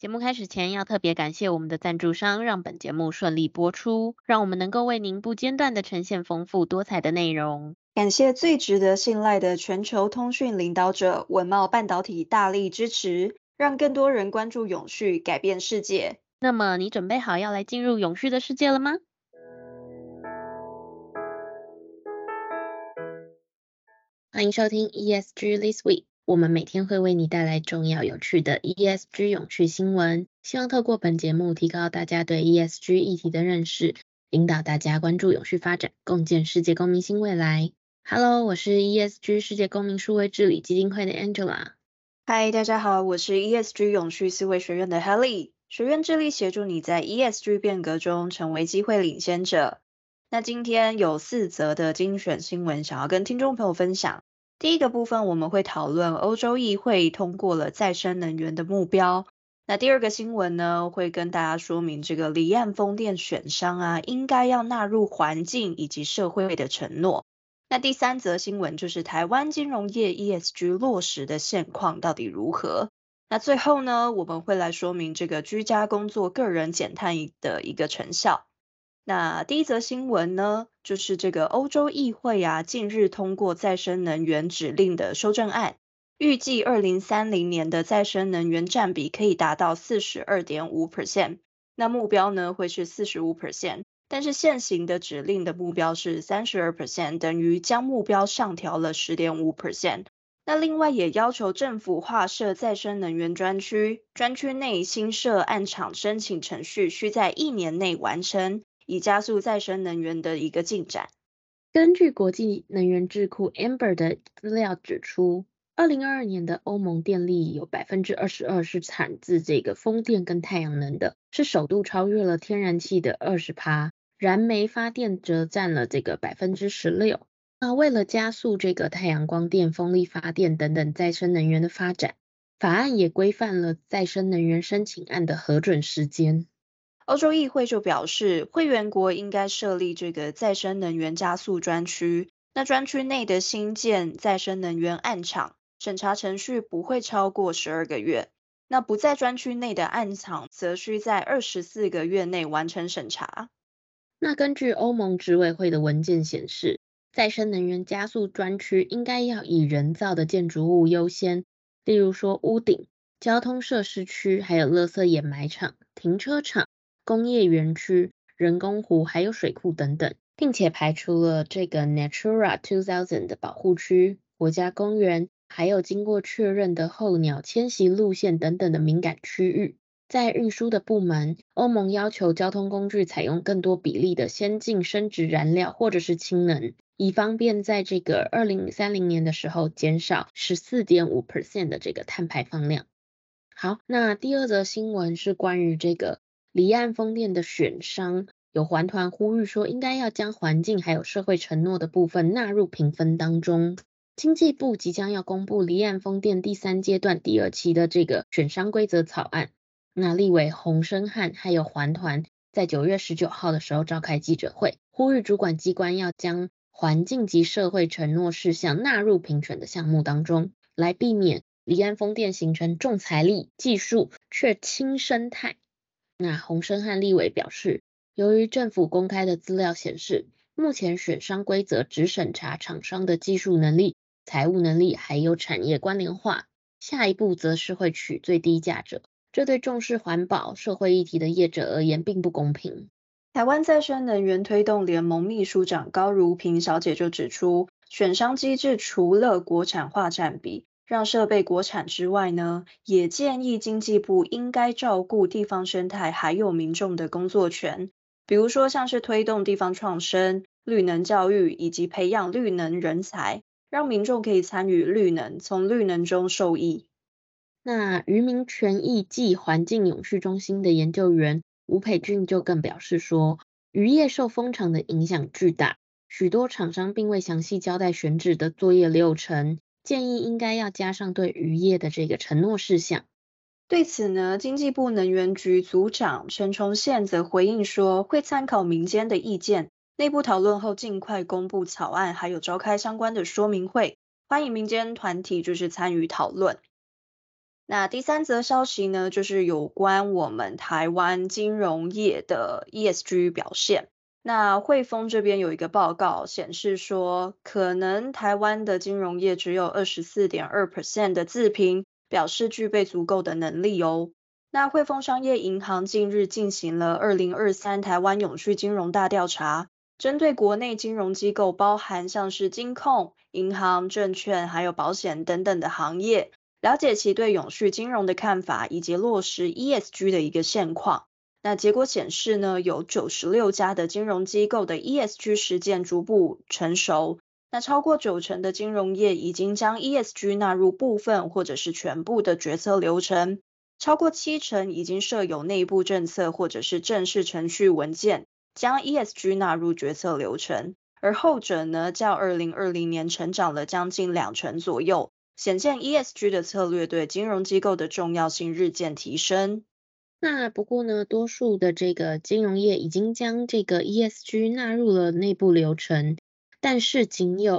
节目开始前要特别感谢我们的赞助商，让本节目顺利播出，让我们能够为您不间断地呈现丰富多彩的内容。 感谢最值得信赖的全球通讯领导者文茂半导体大力支持，让更多人关注永续，改变世界。 那么你准备好要来进入永续的世界了吗？欢迎收听 ESG This Week， 我们每天会为你带来重要有趣的 ESG 永续新闻，希望透过本节目提高大家对 ESG 议题的认识，引导大家关注永续发展，共建世界公民新未来。Hello， 我是 ESG 世界公民数位治理基金会的 Angela。 嗨，大家好，我是 ESG 永续思维学院的 Helly， 学院致力协助你在 ESG 变革中成为机会领先者。那今天有4则的精选新闻想要跟听众朋友分享。第一个部分我们会讨论欧洲议会通过了再生能源的目标。那第二个新闻呢，会跟大家说明这个离岸风电选商应该要纳入环境以及社会的承诺。那第3则新闻就是台湾金融业 ESG 落实的现况到底如何。那最后呢，我们会来说明这个居家工作个人减碳的一个成效。那第一则新闻呢，就是这个欧洲议会近日通过再生能源指令的修正案，预计2030年的再生能源占比可以达到 42.5%， 那目标呢会是 45%， 但是现行的指令的目标是 32%， 等于将目标上调了 10.5%。那另外也要求政府划设再生能源专区，专区内新设案场申请程序需在1年内完成，以加速再生能源的一个进展。 根据国际能源智库 Amber 的资料指出，2022年的欧盟电力有 22% 是产自这个风电跟太阳能的，是首度超越了天然气的 20%， 燃煤发电则占了这个 16%。那为了加速这个太阳光电、风力发电等等再生能源的发展，法案也规范了再生能源申请案的核准时间。 欧洲议会就表示，会员国应该设立这个再生能源加速专区，那专区内的新建再生能源案场审查程序不会超过12个月，那不在专区内的案场则需在24个月内完成审查。 那根据欧盟执委会的文件显示，再生能源加速专区应该要以人造的建筑物优先，例如说屋顶、交通设施区，还有垃圾掩埋场、停车场、工业园区、人工湖还有水库等等，并且排除了这个 Natura 2000的保护区、国家公园，还有经过确认的候鸟迁徙路线等等的敏感区域。在运输的部门，欧盟要求交通工具采用更多比例的先进生质燃料或者是氢能，以方便在这个2030年的时候减少 14.5% 的这个碳排放量。好，那第二则新闻是关于这个离岸风电的选商，有环团呼吁说应该要将环境还有社会承诺的部分纳入评分当中。经济部即将要公布离岸风电第3阶段第2期的这个选商规则草案。那立委洪申翰还有环团在9月19号的时候召开记者会，呼吁主管机关要将环境及社会承诺事项纳入评选的项目当中，来避免离岸风电形成重财力技术却轻生态。那洪申翰立委表示，由于政府公开的资料显示，目前选商规则只审查厂商的技术能力、财务能力还有产业关联化，下一步则是会取最低价者，这对重视环保社会议题的业者而言并不公平。 台湾再生能源推动联盟秘书长高如萍小姐就指出，选商机制除了国产化占比让设备国产之外呢，也建议经济部应该照顾地方生态还有民众的工作权，比如说像是推动地方创生、绿能教育以及培养绿能人才，让民众可以参与绿能，从绿能中受益。 那渔民权益暨环境永续中心的研究员吴培俊就更表示说，渔业受风场的影响巨大，许多厂商并未详细交代选址的作业流程，建议应该要加上对渔业的这个承诺事项。 对此呢，经济部能源局组长陈崇宪则回应说，会参考民间的意见，内部讨论后尽快公布草案，还有召开相关的说明会，欢迎民间团体参与讨论。 那第三则消息呢，就是有关我们台湾金融业的 ESG 表现。那汇丰这边有一个报告显示说，可能台湾的金融业只有24.2% 的自评，表示具备足够的能力哦。那汇丰商业银行近日进行了2023台湾永续金融大调查，针对国内金融机构，包含像是金控、银行、证券还有保险等等的行业，了解其对永续金融的看法，以及落实 ESG 的一个现况。那结果显示呢，有96家的金融机构的 ESG 实践逐步成熟。那超过90%的金融业已经将 ESG 纳入部分或者是全部的决策流程，超过70%已经设有内部政策或者是正式程序文件，将 ESG 纳入决策流程。而后者呢，较2020年成长了将近2成左右，显见 ESG 的策略对金融机构的重要性日渐提升。 那不过呢，多数的这个金融业已经将这个 ESG 纳入了内部流程，但是仅有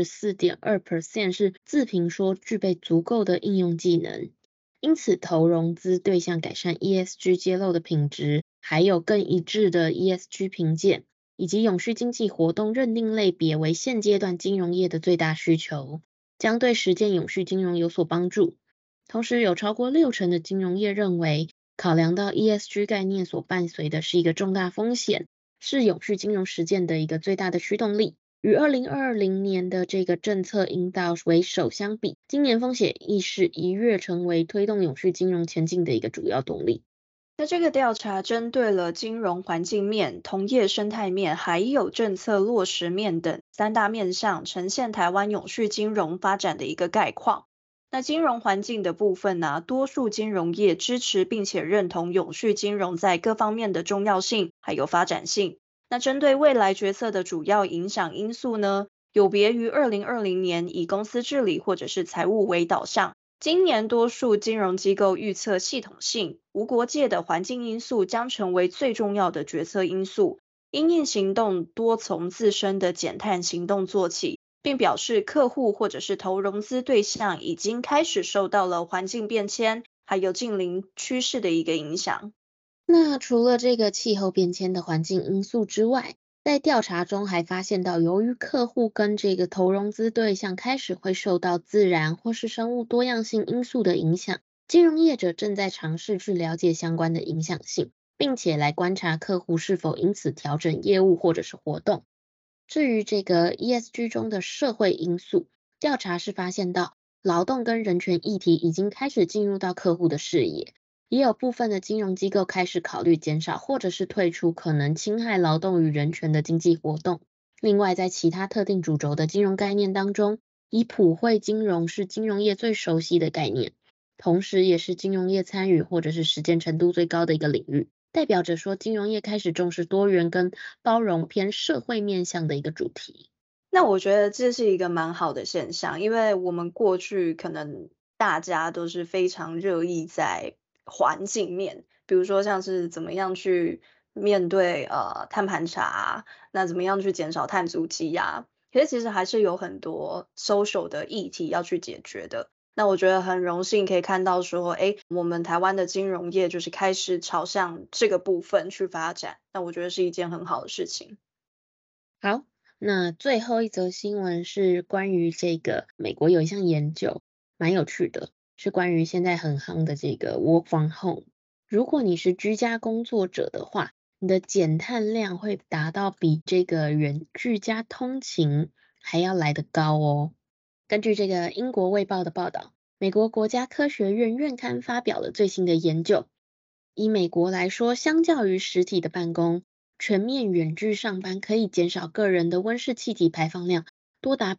24.2% 是自评说具备足够的应用技能。因此，投融资对象改善 ESG 揭露的品质，还有更一致的 ESG 评鉴，以及永续经济活动认定类别为现阶段金融业的最大需求，将对实践永续金融有所帮助。同时，有超过60%的金融业认为，考量到 ESG 概念所伴随的是一个重大风险，是永续金融实践的一个最大的驱动力。与2020年的这个政策引导为首相比，今年风险意识一跃成为推动永续金融前进的一个主要动力。 那这个调查针对了金融环境面、同业生态面，还有政策落实面等3大面向，呈现台湾永续金融发展的一个概况。那金融环境的部分呢，多数金融业支持并且认同永续金融在各方面的重要性还有发展性。那针对未来决策的主要影响因素呢，有别于2020年以公司治理或者是财务为导向，今年多数金融机构预测系统性、无国界的环境因素将成为最重要的决策因素，因应行动多从自身的减碳行动做起，并表示客户或者是投融资对象已经开始受到了环境变迁还有近邻趋势的一个影响。 那除了这个气候变迁的环境因素之外，在调查中还发现到，由于客户跟这个投融资对象开始会受到自然或是生物多样性因素的影响，金融业者正在尝试去了解相关的影响性，并且来观察客户是否因此调整业务或者是活动。至于这个 ESG 中的社会因素，调查是发现到劳动跟人权议题已经开始进入到客户的视野，也有部分的金融机构开始考虑减少或者是退出可能侵害劳动与人权的经济活动。另外，在其他特定主轴的金融概念当中，以普惠金融是金融业最熟悉的概念，同时也是金融业参与或者是实践程度最高的一个领域，代表着说金融业开始重视多元跟包容偏社会面向的一个主题。 那我觉得这是一个蛮好的现象，因为我们过去可能大家都是非常热议在环境面，比如说像是怎么样去面对碳盘查啊，那怎么样去减少碳足迹呀，可是其实还是有很多 social 的议题要去解决的。那我觉得很荣幸可以看到说，我们台湾的金融业就是开始朝向这个部分去发展，那我觉得是一件很好的事情。 好，那最后一则新闻是关于这个美国有一项研究，蛮有趣的，是关于现在很夯的这个 work from home。如果你是居家工作者的话，你的减碳量会达到比这个远居家通勤还要来得高哦。根据这个英国卫报的报道，美国国家科学院院刊发表了最新的研究。以美国来说，相较于实体的办公，全面远距上班可以减少个人的温室气体排放量多达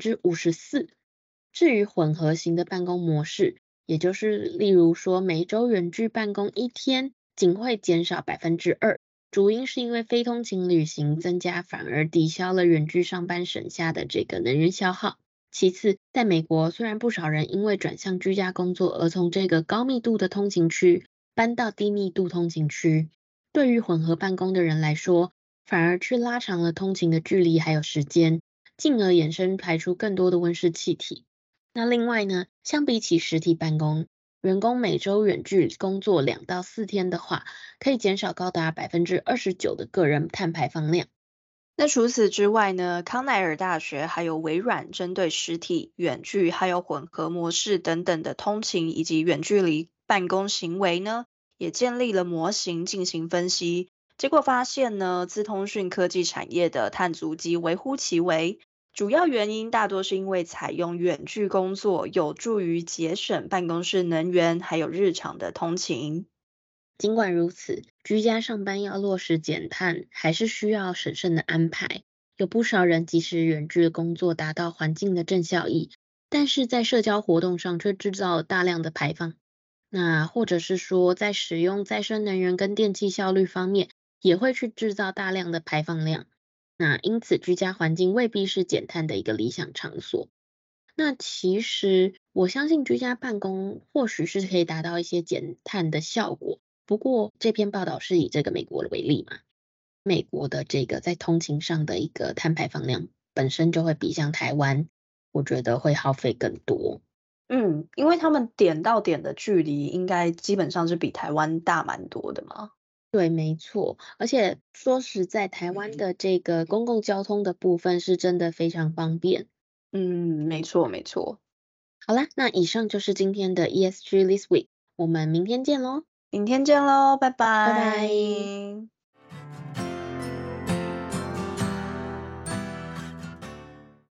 54%。至于混合型的办公模式，也就是例如说每周远距办公1天，仅会减少2%。主因是因为非通勤旅行增加，反而抵消了远距上班省下的这个能源消耗。其次，在美国，虽然不少人因为转向居家工作而从这个高密度的通勤区搬到低密度通勤区，对于混合办公的人来说，反而去拉长了通勤的距离还有时间，进而衍生排出更多的温室气体。那另外呢，相比起实体办公， 员工每周远距工作2到4天的话，可以减少高达29%的个人碳排放量。 那除此之外呢，康奈尔大学还有微软针对实体、远距还有混合模式等等的通勤以及远距离办公行为呢，也建立了模型进行分析。结果发现呢，资通讯科技产业的碳足迹微乎其微，主要原因大多是因为采用远距工作有助于节省办公室能源，还有日常的通勤。 尽管如此，居家上班要落实减碳，还是需要审慎的安排。有不少人即使远距工作达到环境的正效益，但是在社交活动上却制造了大量的排放。那或者是说，在使用再生能源跟电气效率方面，也会去制造大量的排放量。那因此，居家环境未必是减碳的一个理想场所。那其实我相信居家办公或许是可以达到一些减碳的效果。不过这篇报道是以这个美国为例嘛，美国的这个在通勤上的一个碳排放量本身就会比像台湾，我觉得会耗费更多。 因为他们点到点的距离应该基本上是比台湾大蛮多的嘛。 对，没错。而且说实在，台湾的这个公共交通的部分是真的非常方便。 没错没错。 好啦，那以上就是今天的 ESG This Week，我们明天见喽， 明天见喽，拜拜拜。 拜。